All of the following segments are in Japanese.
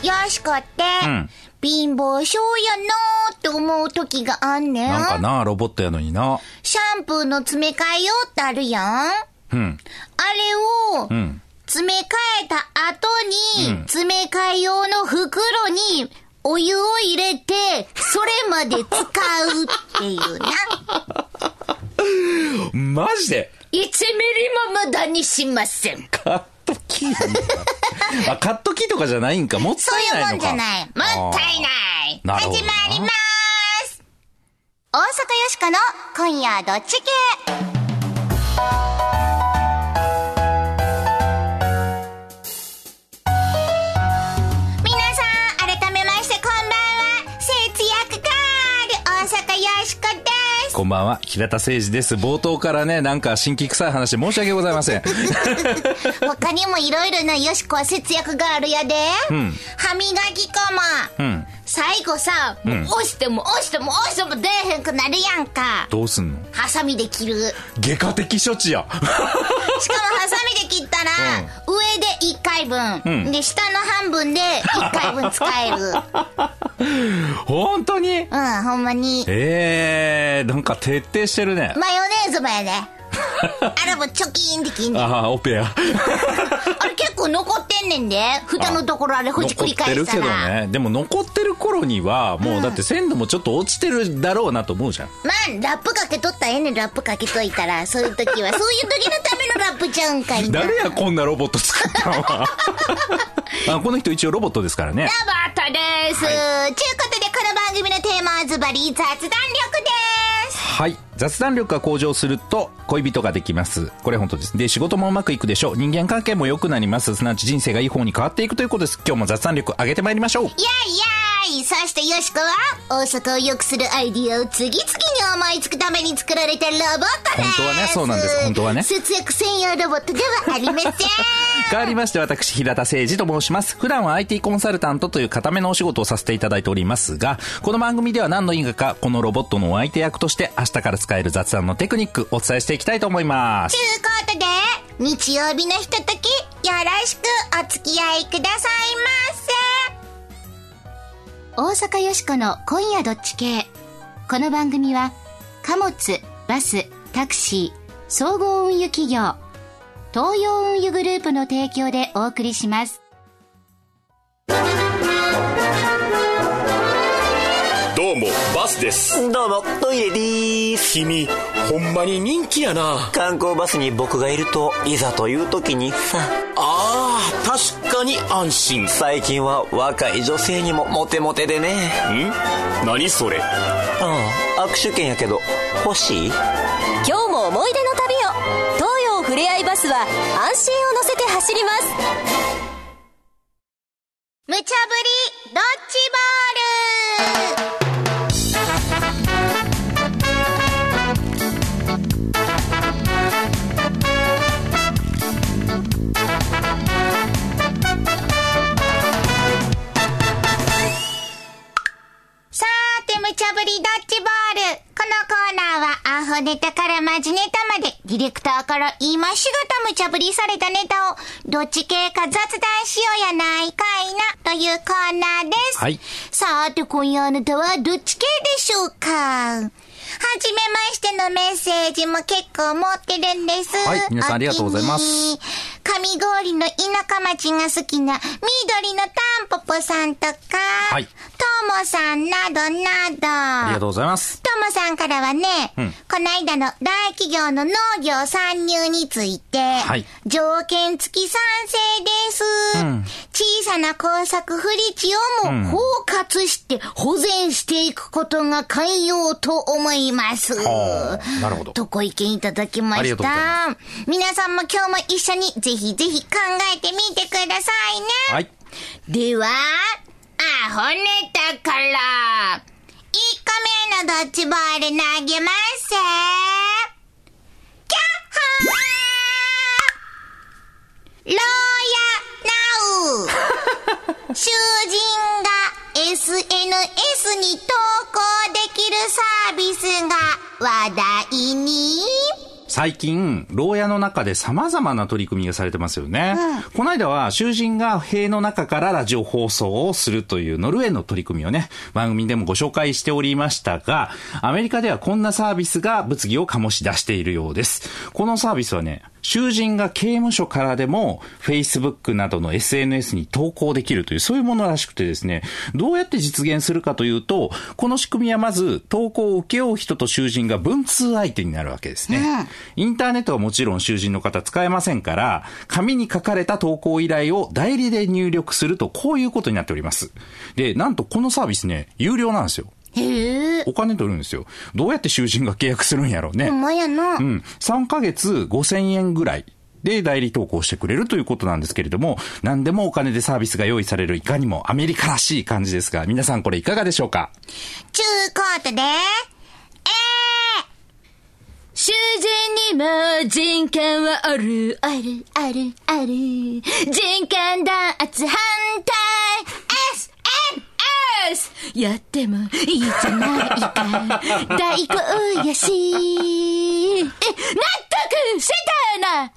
よしこって、貧乏症やなーって思う時があんねん。 なんかな、ロボットやのにな。 シャンプーの詰め替え用ってあるやん。あれを、詰め替えた後に、詰め替え用の袋にお湯を入れて、それまで使うっていうな。 マジで 1ミリも無駄にしません。 カットキーあ、カットキーとかじゃないんか。もったいないのか。 そういうもんじゃない。もったいない。 なるほどな。 始まります。大阪よしこの今夜どっち系。皆さん改めましてこんばんは。節約ガール大阪よしこです。 こんばんは、平田誠二です。冒頭からね、なんか新規臭い話申し訳ございません。 他にもいろいろなよしこは節約ガールやで。歯磨き粉も。最後さ、押しても押しても押しても出えへんくなるやんか。 どうすんの？ ハサミで切る。 外科的処置や。 しかもハサミで切ったら、上で1回分、で下の半分で1回分使える。 本当に？ ほんまに。 なんか徹底してるね。 マヨネーズもやね。あれもチョキーンって切んねん。 オペや。 あれ結構残ってんねんで。蓋のところあれほじくり返したら。 残ってるけどね。でも残ってる頃にはもうだって鮮度もちょっと落ちてるだろうなと思うじゃん。 まあラップかけとったらええねん。ラップかけといたらそういう時はそういう時のためのラップちゃうんかいな。 誰やこんなロボット作ったのは。この人一応ロボットですからね。 ロボットです、ちゅうことでこの番組のテーマはズバリ雑談力です。 はい。雑談力が向上すると恋人ができます。これ本当です。で、仕事もうまくいくでしょう。人間関係も良くなります。すなわち人生がいい方に変わっていくということです。今日も雑談力上げてまいりましょう。 イエイイエイ。そしてよしこは大阪を良くするアイディアを次々に思いつくために作られたロボットです。 本当はね、そうなんです。本当はね。 節約専用ロボットではありません。 変わりまして私平田誠二と申します。普段は IT コンサルタントという固めのお仕事をさせていただいておりますが、この番組では何の因果かこのロボットのお相手役として明日から使える雑談のテクニックお伝えしていきたいと思います。 ということで日曜日のひとときよろしくお付き合いくださいませ。大阪よしこの今夜どっち系。この番組は貨物、バス、タクシー、総合運輸企業東洋運輸グループの提供でお送りします。 どうもバスです。 どうもトイレでーす。 君ほんまに人気やな。 観光バスに僕がいるといざという時にさ。 確かに安心。 最近は若い女性にもモテモテでね。 何それ？ 握手券やけど欲しい？ 今日も思い出の旅を。東洋ふれあいバスは安心を乗せて走ります。 無茶ぶりドッジボール。さーて、無茶ぶりドッジボール。このコーナーはアホネタからマジネタまでディレクターから今しがた無茶ぶりされたネタをどっち系か雑談しようやないかいなというコーナーです。 はい。 さーて、今夜あなたはどっち系でしょうか。はじめましてのメッセージも結構持ってるんです。 はい、皆さんありがとうございます。 上郡の田舎町が好きな緑のタンポポさんとか、 はい、 ともさんなどなど。 ありがとうございます。 ともさんからはね、この間の大企業の農業参入について、条件付き賛成です。小さな耕作不利地をも包括して保全していくことが寛容と思います。 なるほど。 とご意見いただきました。皆さんも今日も一緒にぜひぜひ考えてみてくださいね。 はい。 では、アホネタから、1個目のドッジボール投げます。キャッハーローヤナウ囚人が SNS に投稿できるサービスが話題に。 さ最近、牢屋の中で様々な取り組みがされてますよね。この間は、囚人が塀の中からラジオ放送をするというノルウェーの取り組みをね、番組でもご紹介しておりましたが、アメリカではこんなサービスが物議を醸し出しているようです。このサービスはね、囚人が刑務所からでも Facebook などの SNS に投稿できるというそういうものらしくてですね、どうやって実現するかというと、この仕組みはまず投稿を受け負う人と囚人が文通相手になるわけですね。インターネットはもちろん囚人の方使えませんから、紙に書かれた投稿依頼を代理で入力するとこういうことになっております。で、なんとこのサービスね、有料なんですよ。お金取るんですよ。どうやって囚人が契約するんやろうね。 ほんまやな。 3ヶ月5000円ぐらいで代理投稿してくれるということなんですけれども、何でもお金でサービスが用意されるいかにもアメリカらしい感じですが、皆さんこれいかがでしょうか。 ちゅうことで、 囚人にも人権はある、ある、ある、ある。人権弾圧反対 SNS やってもいいじゃないか。大根やし。納得したな。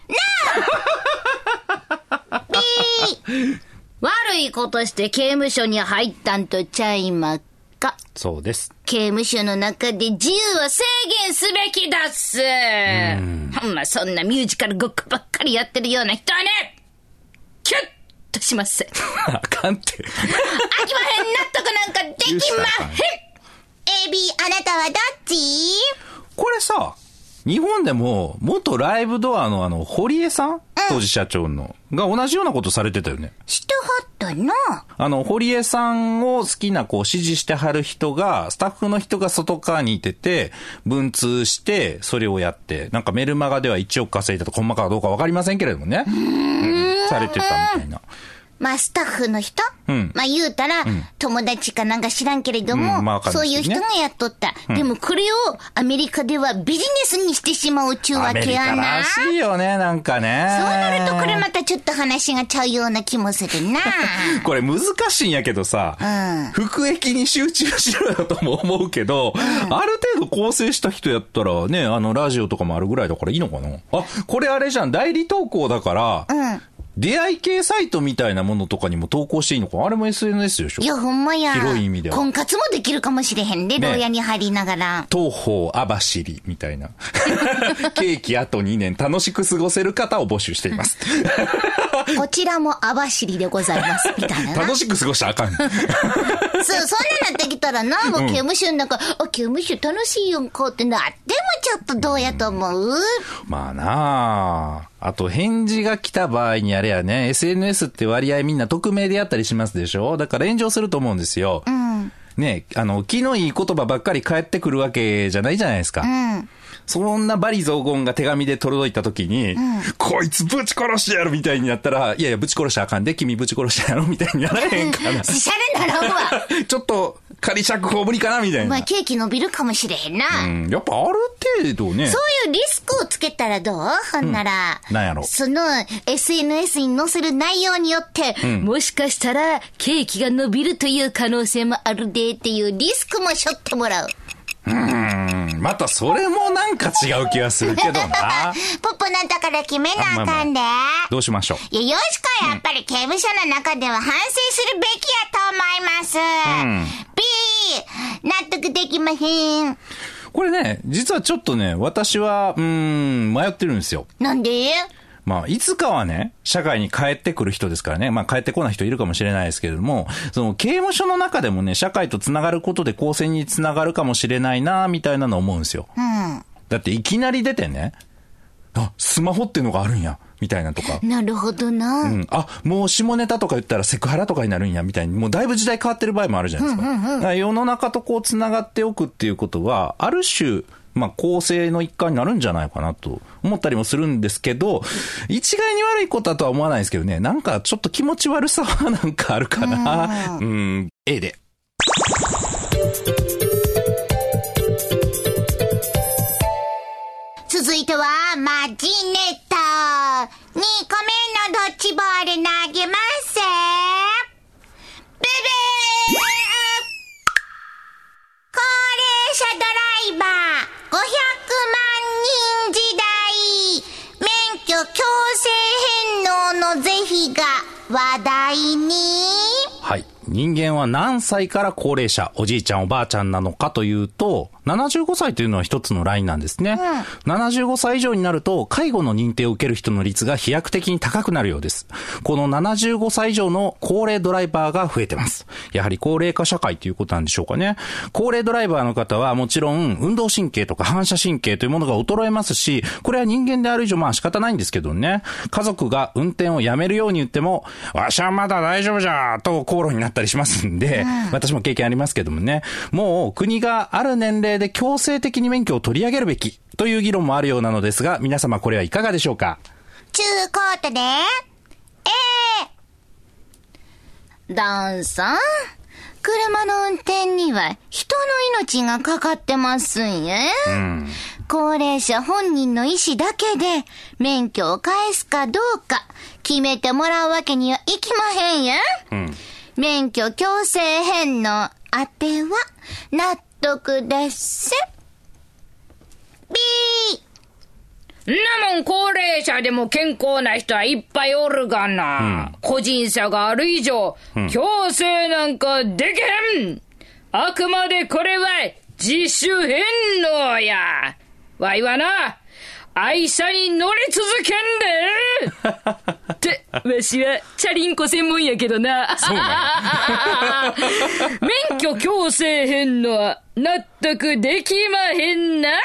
悪いことして刑務所に入ったんとちゃいまか。 そうです。 刑務所の中で自由を制限すべきだっす。ほんまそんなミュージカルごっこばっかりやってるような人はね、キュッとします。 あかんって。 あきまへん、納得なんかできまへん。 AB、あなたはどっち？ これさ、日本でも元ライブドアの堀江さん、当時社長のが同じようなことされてたよね。 してはったな。 堀江さんを好きな支持してはる人が、スタッフの人が外側にいてて文通してそれをやって、なんかメルマガでは1億稼いだと、細かかどうかわかりませんけれどもね、されてたみたいな。 まあスタッフの人、まあ言うたら、友達かなんか知らんけれども、 まあそういう人がやっとった、でもこれをアメリカではビジネスにしてしまうちゅうわけやな。 アメリカらしいよね、なんかね。 そうなるとこれまたちょっと話がちゃうような気もするな。 これ難しいんやけどさ、服役に集中しろよとも思うけど、ある程度構成した人やったらね、ラジオとかもあるぐらいだからいいのかな。あ、これあれじゃん、代理投稿だから、出会い系サイトみたいなものとかにも投稿していいのか。あれも SNS でしょ。 いやほんまや。 広い意味では婚活もできるかもしれへんで、牢屋に入りながら。 東方網走みたいな。刑期あと2年楽しく過ごせる方を募集しています。 こちらも網走でございますみたいな。 楽しく過ごしたらあかん。 そう、そんななってきたらな、もう刑務所の中、刑務所楽しいよんこうってなってもちょっとどうやと思う？ まあなあ。あと返事が来た場合にあれやね、SNS って割合みんな匿名でやったりしますでしょ。だから炎上すると思うんですよ。ね、気のいい言葉ばっかり返ってくるわけじゃないじゃないですか。そんな罵詈雑言が手紙で届いた時に、こいつぶち殺してやるみたいになったら、いやいやぶち殺したらあかんで、君ぶち殺してやろみたいにならへんかな。 しゃれならんわ。 ちょっと仮釈放無理かなみたいな。 まあケーキ伸びるかもしれへんな。 やっぱある程度ね。 そういうリスクをつけたらどう？ほんなら、 なんやろ。 その SNS に載せる内容によって、もしかしたらケーキが伸びるという可能性もあるでっていうリスクも背負ってもらう。 またそれもなんか違う気がするけどな。 ポッポなんだから決めなあかんで。 どうしましょう。 いや、よしこはやっぱり刑務所の中では反省するべきやと思います。B、納得できまへん。 これね、実はちょっとね、私は、迷ってるんですよ。 なんで？ まあ、いつかはね、社会に帰ってくる人ですからね。まあ、帰ってこない人いるかもしれないですけれども、その刑務所の中でもね、社会とつながることで更生につながるかもしれないな、みたいなの思うんですよ。だっていきなり出てね、あ、スマホっていうのがあるんや、みたいなとか。 なるほどな。 あ、もう下ネタとか言ったらセクハラとかになるんや、みたいに、もうだいぶ時代変わってる場合もあるじゃないですか。だから世の中とこうつながっておくっていうことは、ある種、まあ、構成の一環になるんじゃないかなと思ったりもするんですけど、一概に悪いことだとは思わないですけどね、なんかちょっと気持ち悪さはなんかあるかな。A で。 続いては、マジネット。2個目のドッジボール投げますブブー。高齢者ドライバー500万人時代。 話題に。 はい。人間は何歳から高齢者、おじいちゃんおばあちゃんなのかというと、75歳というのは一つのラインなんですね。75歳以上になると、介護の認定を受ける人の率が飛躍的に高くなるようです。この75歳以上の高齢ドライバーが増えてます。やはり高齢化社会ということなんでしょうかね。高齢ドライバーの方はもちろん、運動神経とか反射神経というものが衰えますし、これは人間である以上仕方ないんですけどね。家族が運転をやめるように言っても、わしはまだ大丈夫じゃと口論になったりしますんで、私も経験ありますけどもね。もう国がある年齢で強制的に免許を取り上げるべきという議論もあるようなのですが、皆様これはいかがでしょうか。 ちゅうことで、 ダンさん、車の運転には人の命がかかってますんや。高齢者本人の意思だけで免許を返すかどうか決めてもらうわけにはいきまへんや。免許強制返納あては納得です。 んなもん高齢者でも健康な人はいっぱいおるがな。個人差がある以上、強制なんかできへん。あくまでこれは自主返納や。わいはな、愛車に乗り続けんでって、わしはチャリンコ専門やけどな。 そうなん免許強制返納は納得できまへんな。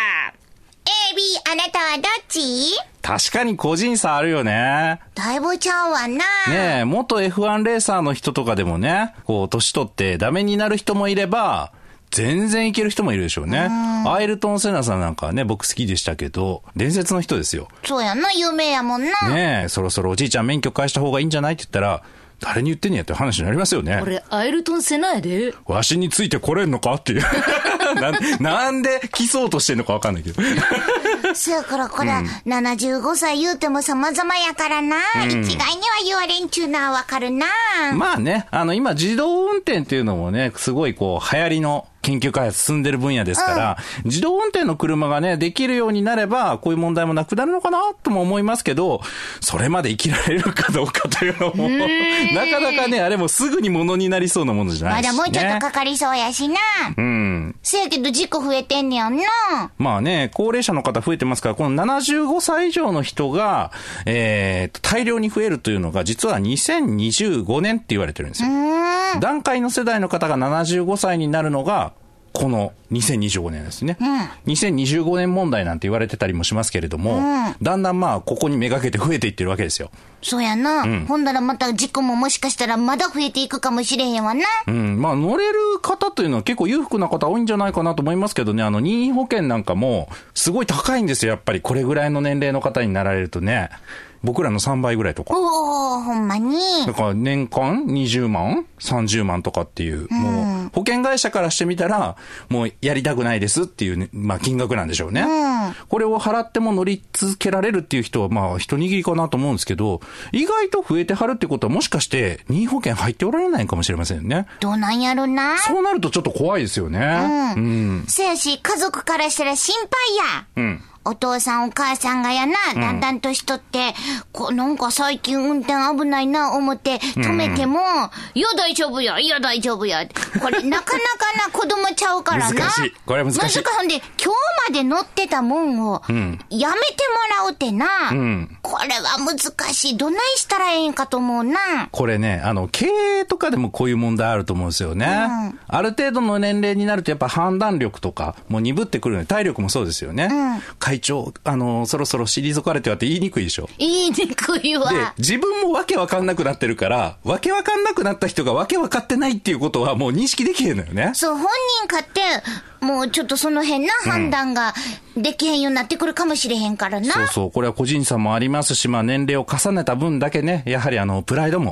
AB、あなたはどっち？ 確かに個人差あるよね。 だいぶちゃうわな。 ねえ、元 F1 レーサーの人とかでもね、こう、年取ってダメになる人もいれば、全然いける人もいるでしょうね。アイルトン・セナさんなんかはね、僕好きでしたけど、伝説の人ですよ。 そうやな、有名やもんな。 ねえ、そろそろおじいちゃん免許返した方がいいんじゃないって言ったら、誰に言ってんねやって話になりますよね。 俺、アイルトン・セナやで。 わしについてこれんのかっていう。なんで来そうとしてんのかわかんないけど。 そやからこれ、75歳言うても様々やからな。一概には言われんちゅうのはわかるな。 まあね、今自動運転っていうのもね、すごいこう流行りの研究開発進んでる分野ですから、自動運転の車がね、できるようになれば、こういう問題もなくなるのかなとも思いますけど、それまで生きられるかどうかというのも、なかなかね、あれもすぐに物になりそうなものじゃないし、ね。 まだもうちょっとかかりそうやしな。せやけど事故増えてんねやんな。 まあね、高齢者の方増えてますから、この75歳以上の人が、大量に増えるというのが、実は2025年って言われてるんですよ。段階の世代の方が75歳になるのが、この2025年ですね。2025年問題なんて言われてたりもしますけれども、だんだんここにめがけて増えていってるわけですよ。 そうやな。ほんならまた事故ももしかしたらまだ増えていくかもしれへんわな。 乗れる方というのは結構裕福な方多いんじゃないかなと思いますけどね、任意保険なんかもすごい高いんですよ、やっぱりこれぐらいの年齢の方になられるとね。僕らの3倍ぐらいとか。 おー、ほんまに。 だから年間20万 ?30 万とかっていう、もう保険会社からしてみたら、もうやりたくないですっていうね、金額なんでしょうね。これを払っても乗り続けられるっていう人は一握りかなと思うんですけど、意外と増えてはるってことはもしかして任意保険入っておられないかもしれませんよね。 どうなんやろな。 そうなるとちょっと怖いですよね。 せやし、家族からしたら心配や。お父さんお母さんがやな、だんだん年取って、なんか最近運転危ないな思って止めても、いや大丈夫や、いや大丈夫や。これなかなかな子供ちゃうからな。 難しい。これは難しい。 ほんで、今日まで乗ってたもんを、やめてもらうってな。これは難しい。どないしたらええんかと思うな。 これね、経営とかでもこういう問題あると思うんですよね。ある程度の年齢になるとやっぱ判断力とかもう鈍ってくるので、体力もそうですよね。会長、そろそろ退かれてはって言いにくいでしょ。 言いにくいわ。 で、自分もわけわかんなくなってるから、わけわかんなくなった人がわけわかってないっていうことはもう認識できへんのよね。 そう、本人かって、もうちょっとその辺な判断ができへんようになってくるかもしれへんからな。 そうそう、これは個人差もありますし、年齢を重ねた分だけね、やはりプライドも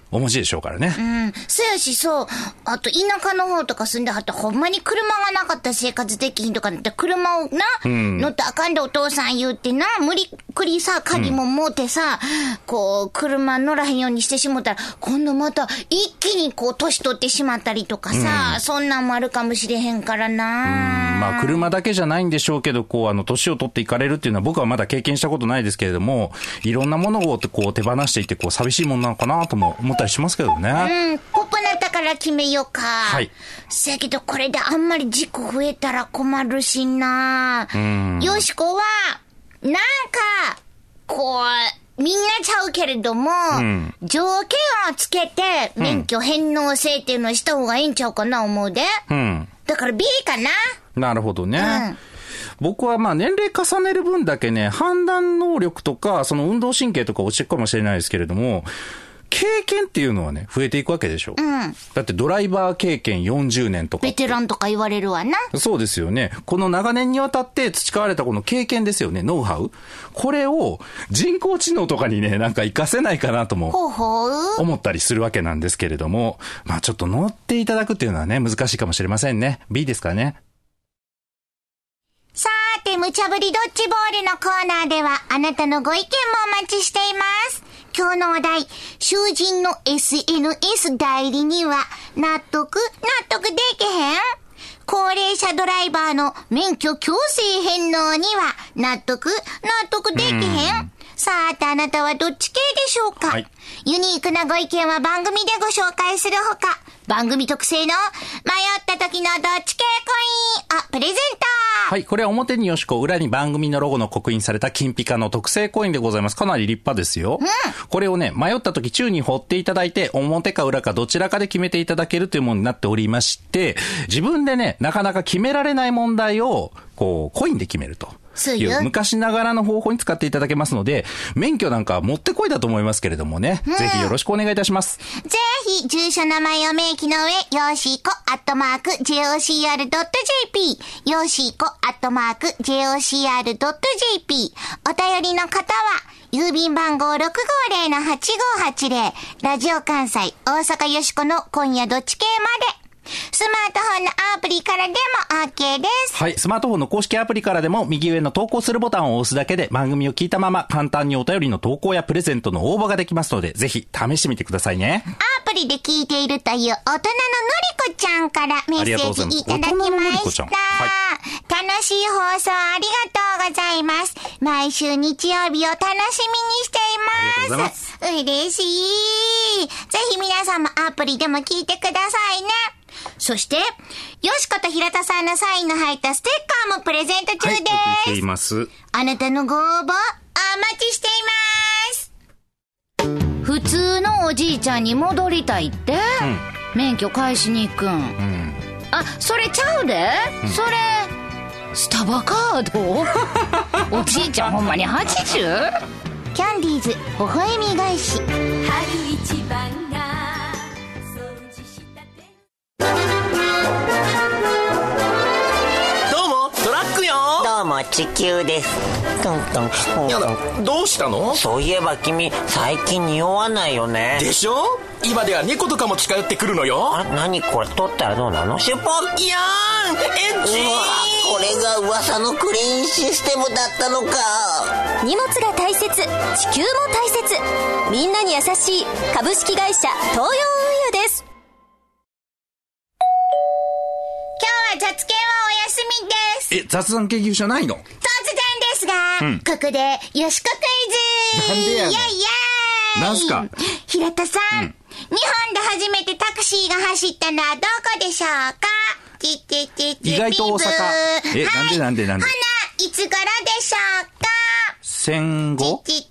お持ちでしょうからね。 うん。そうやし、そう。あと、田舎の方とか住んではったら、ほんまに車がなかったら生活できひんとかって、車をな、乗ってあかんでお父さん言うてな、無理くりさ、鍵も持ってさ、こう、車乗らへんようにしてしもたら、今度また、一気にこう、年取ってしまったりとかさ、そんなんもあるかもしれへんからな。 まあ、車だけじゃないんでしょうけど、こう、年を取っていかれるっていうのは僕はまだ経験したことないですけれども、いろんなものをこう手放していって、こう、寂しいものなのかなとも思ったりしますけどね。 ポップなったから決めようか。 はい。 せやけど、これであんまり事故増えたら困るしな。よしこは、なんか、こう、みんなちゃうけれども、条件をつけて、免許返納制っていうのをした方がいいんちゃうかな、思うで。だから B かな。 なるほどね。僕はまあ年齢重ねる分だけね、判断能力とか、その運動神経とか落ちていくかもしれないですけれども、経験っていうのはね、増えていくわけでしょ。だってドライバー経験40年とか。 ベテランとか言われるわな。 そうですよね。この長年にわたって培われたこの経験ですよね、ノウハウ。これを人工知能とかにね、なんか活かせないかなとも思ったりするわけなんですけれども、まあちょっと乗っていただくっていうのはね、難しいかもしれませんね。B ですかね。 さーて、無茶ぶりドッジボールのコーナーでは、あなたのご意見もお待ちしています。今日のお題、囚人の SNS 代理には納得できへん？高齢者ドライバーの免許強制返納には納得できへん？さあ、あなたはどっち系でしょうか？ユニークなご意見は番組でご紹介するほか、番組特製の迷った時のどっち系コインをプレゼント。 はい、これは表によしこ、裏に番組のロゴの刻印された金ピカの特製コインでございます。かなり立派ですよ。これをね、迷った時宙に掘っていただいて、表か裏かどちらかで決めていただけるというものになっておりまして、自分でね、なかなか決められない問題を、こう、コインで決めると。いう昔ながらの方法に使っていただけますので、免許なんか持ってこいだと思いますけれどもね、ぜひよろしくお願いいたします。 ぜひ住所名前を明記の上、よしこ@jocr.jp よしこ@jocr.jp お便りの方は郵便番号 650-8580 ラジオ関西大阪よしこの今夜どっち系まで。スマートフォンのアプリからでも OK です。 はい、スマートフォンの公式アプリからでも右上の投稿するボタンを押すだけで番組を聞いたまま簡単にお便りの投稿やプレゼントの応募ができますので、ぜひ試してみてくださいね。 アプリで聞いているという大人ののりこちゃんからメッセージいただきました。楽しい放送ありがとうございます。毎週日曜日を楽しみにしています。嬉しい。ぜひ皆さんもアプリでも聞いてくださいね。そして、よしこと平田さんのサインの入ったステッカーもプレゼント中です。はい、 送っています。 あなたのご応募、お待ちしています。普通のおじいちゃんに戻りたいって、免許返しに行くん。あ、それちゃうで、それ、スタバカードおじいちゃんほんまに 80？ キャンディーズ、微笑み返し。春一番地球です。 やだ、どうしたの？ そういえば君最近匂わないよね。 でしょ？今では猫とかも近寄ってくるのよ。 あ、何これ、取ったらどうなの？シュポッいやーん、エッチー。 うわ、これが噂のクリーンシステムだったのか。 荷物が大切、地球も大切、みんなに優しい株式会社東洋運輸です。 今日は雑研はお休みです。 雑談研究所ないの？ 突然ですが、ここでよしこクイズ。 なんでやねん。 イェイイェイ。 なんすか？ 平田さん、日本で初めてタクシーが走ったのはどこでしょうか？ 意外と大阪。なんでほな、いつ頃でしょうか？ 戦後？ 違う。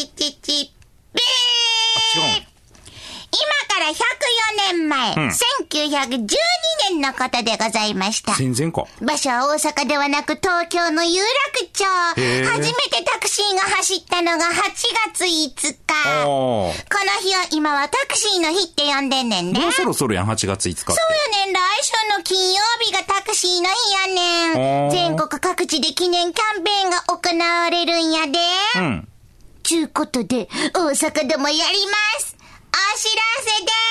今から104年前、1912年のことでございました。 戦前か。 場所は大阪ではなく東京の有楽町。初めてタクシーが走ったのが8月5日。この日を今はタクシーの日って呼んでんねんね。 もうそろそろやん、8月5日って。 そうやねん、来週の金曜日がタクシーの日やねん。全国各地で記念キャンペーンが行われるんやで。ちゅうことで、大阪でもやります。おっ知らせです。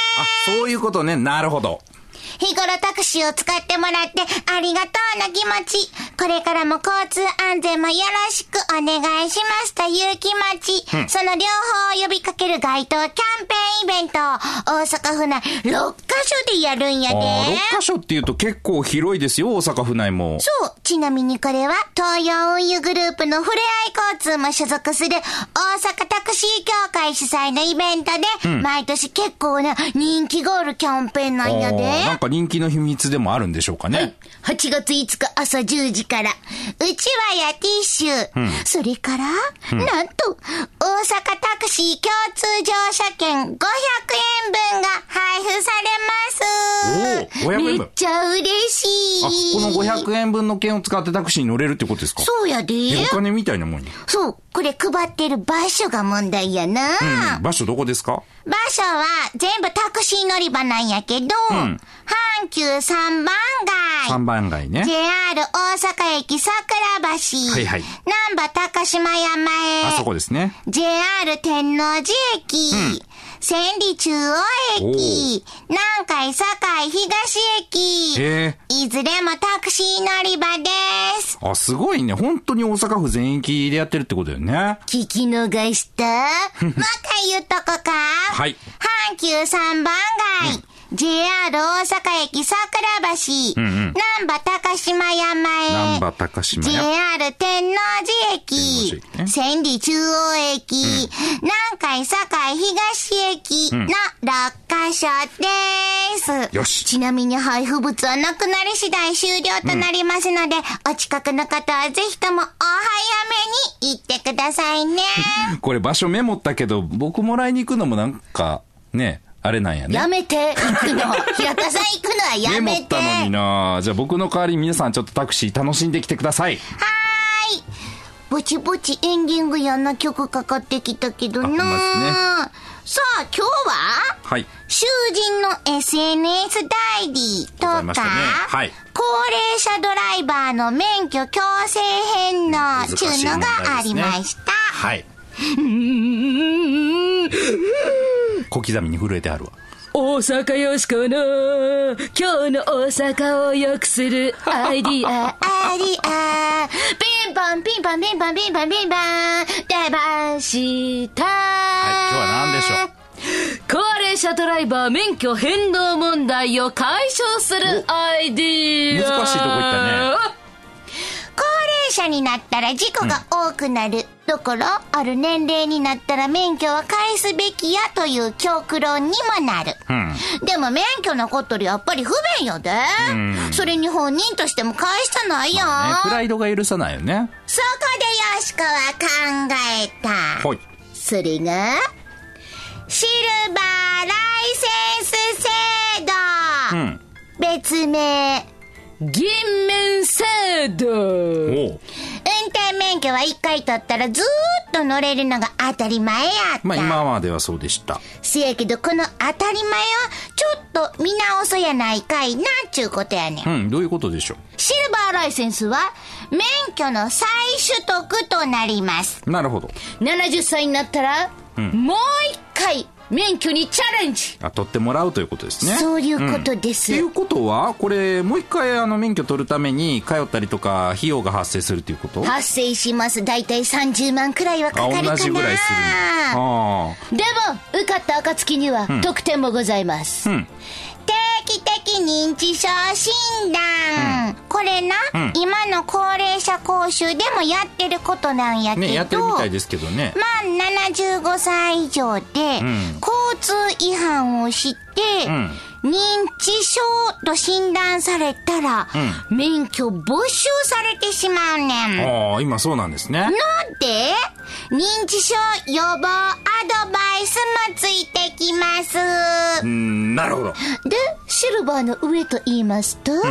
そういうことね。なるほど。 日頃タクシーを使ってもらってありがとうな気持ち。これからも交通安全もよろしくお願いしますという気持ち。その両方を呼びかける街頭キャンペーンイベントを大阪府内6カ所でやるんやで。 6カ所って言うと結構広いですよ、大阪府内も。 そう。ちなみにこれは東洋運輸グループのふれあい交通も所属する大阪タクシー協会主催のイベントで、毎年結構な人気があるキャンペーンなんやで。 なんか人気の秘密でもあるんでしょうかね。 はい、8月5日朝10時から、うちわやティッシュ、それから、なんと、大阪タクシー共通乗車券500円分が配布されます。 500円分。 めっちゃ嬉しい。 この500円分の券を使ってタクシーに乗れるってことですか？ そうやで。 お金みたいなもんに。 そう。これ配ってる場所が問題やな。 場所どこですか？ 場所は全部タクシー乗り場なんやけど、阪急3番街。 3番街ね。 JR 大阪駅桜橋。 はいはい。 難波高島屋前。 あそこですね。 JR 天王寺駅。千里中央駅。南海堺東駅。いずれもタクシー乗り場です。 あ、すごいね。本当に大阪府全域でやってるってことだよね。 聞き逃したもう一回言っとこか。 はい。 阪急3番街。JR 大阪駅桜橋。難波高島屋前。 難波高島屋。 JR 天王寺駅。千里中央駅。南海堺東駅の6カ所です。 よし。 ちなみに配布物はなくなり次第終了となりますので、お近くの方はぜひともお早めに行ってくださいね。 これ場所メモったけど、僕もらいに行くのもなんか、ね、あれなんやね。 やめて、行くの。平田さん行くのはやめて。 メモったのにな。じゃあ僕の代わりに皆さんちょっとタクシー楽しんできてください。 はーい。ぼちぼちエンディングやな曲かかってきたけどな。さあ、今日ははい。 囚人の SNS ダイリーとか、 ね、はい。 高齢者ドライバーの免許強制返納っていうのがありました。 はい。小刻みに震えてあるわ。 大阪よしこの今日の大阪を良くするアイディアアイディアピンポンピンポンピンポンピンポンピンポン出ました。 はい、今日は何でしょう。 高齢者ドライバー免許返納問題を解消するアイディア。 難しいとこ行ったね。 高齢者になったら事故が多くなる。だからある年齢になったら免許は返すべきやという極論にもなる。でも免許残っとるやっぱり不便よで。それに本人としても返したないよ。 プライドが許さないよね。 そこでよしこは考えた。 はい。 それがシルバーライセンス制度。別名銀面制度。 運転免許は1回取ったらずーっと乗れるのが当たり前やった。 まあ今まではそうでした。 せやけどこの当たり前をちょっと見直そやないかいなっちゅうことやねん。 どういうことでしょう。 シルバーライセンスは免許の再取得となります。 なるほど。 70歳になったら、もう一回免許にチャレンジ。 取ってもらうということですね。 そういうことです。 っていうことはこれもう一回免許取るために通ったりとか費用が発生するっていうこと？ 発生します。だいたい30万くらいはかかるかな。 同じぐらいする。 でも受かった暁には特典もございます。 定期的認知症診断、これな、今の高齢者講習でもやってることなんやけど、 ね、やってるみたいですけどね。 満75歳以上で、交通違反をして、認知症と診断されたら、免許没収されてしまうねん。 今そうなんですね。 なんで認知症予防アドバイスもついてきます。 なるほど。 で、シルバーの上と言いますと、プラ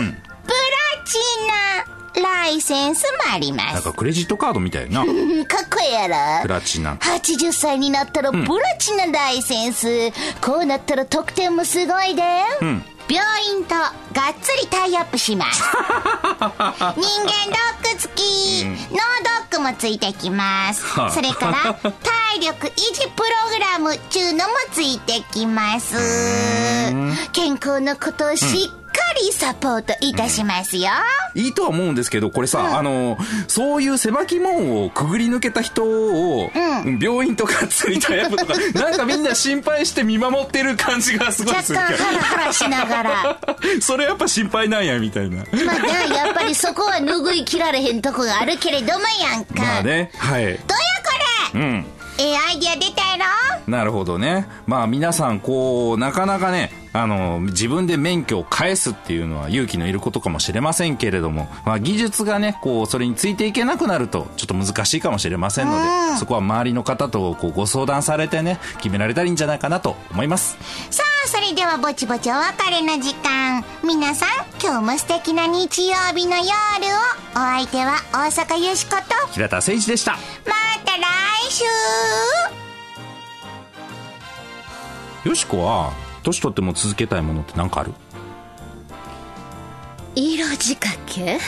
チナライセンスもあります。 なんかクレジットカードみたいな。 かっこええやろ。 プラチナ。 80歳になったらプラチナライセンス。こうなったら特典もすごいで。病院とがっつりタイアップします。人間ドック付き、ノードックもついてきます。それから体体力維持プログラムちゅうのもついてきます。健康のことをしっかりサポートいたしますよ。 いいとは思うんですけど、これさ、そういう狭き門をくぐり抜けた人を、病院とか釣りタイプとか、なんかみんな心配して見守ってる感じがすごいする。 若干ハラハラしながら。 それやっぱ心配なんや、みたいな。 まあね、やっぱりそこは拭い切られへんとこがあるけれどもやんか。 まあね、はい。 どうやこれアイディア出たやろ。 なるほどね。まあ皆さんなかなかね、自分で免許を返すっていうのは勇気のいることかもしれませんけれども、まあ技術がね、それについていけなくなるとちょっと難しいかもしれませんので、そこは周りの方とご相談されてね、決められたらいいんじゃないかなと思います。 さあ、それではぼちぼちお別れの時間。皆さん、今日も素敵な日曜日の夜を。お相手は大阪よしこと平田誠一でした。 また来週。 よしこは年取っても続けたいものって何かある？ 色仕掛け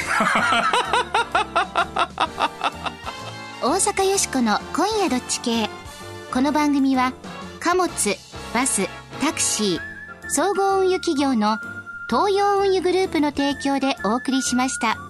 大阪よしこの今夜どっち系。この番組は貨物、バス、タクシー、総合運輸企業の東洋運輸グループの提供でお送りしました。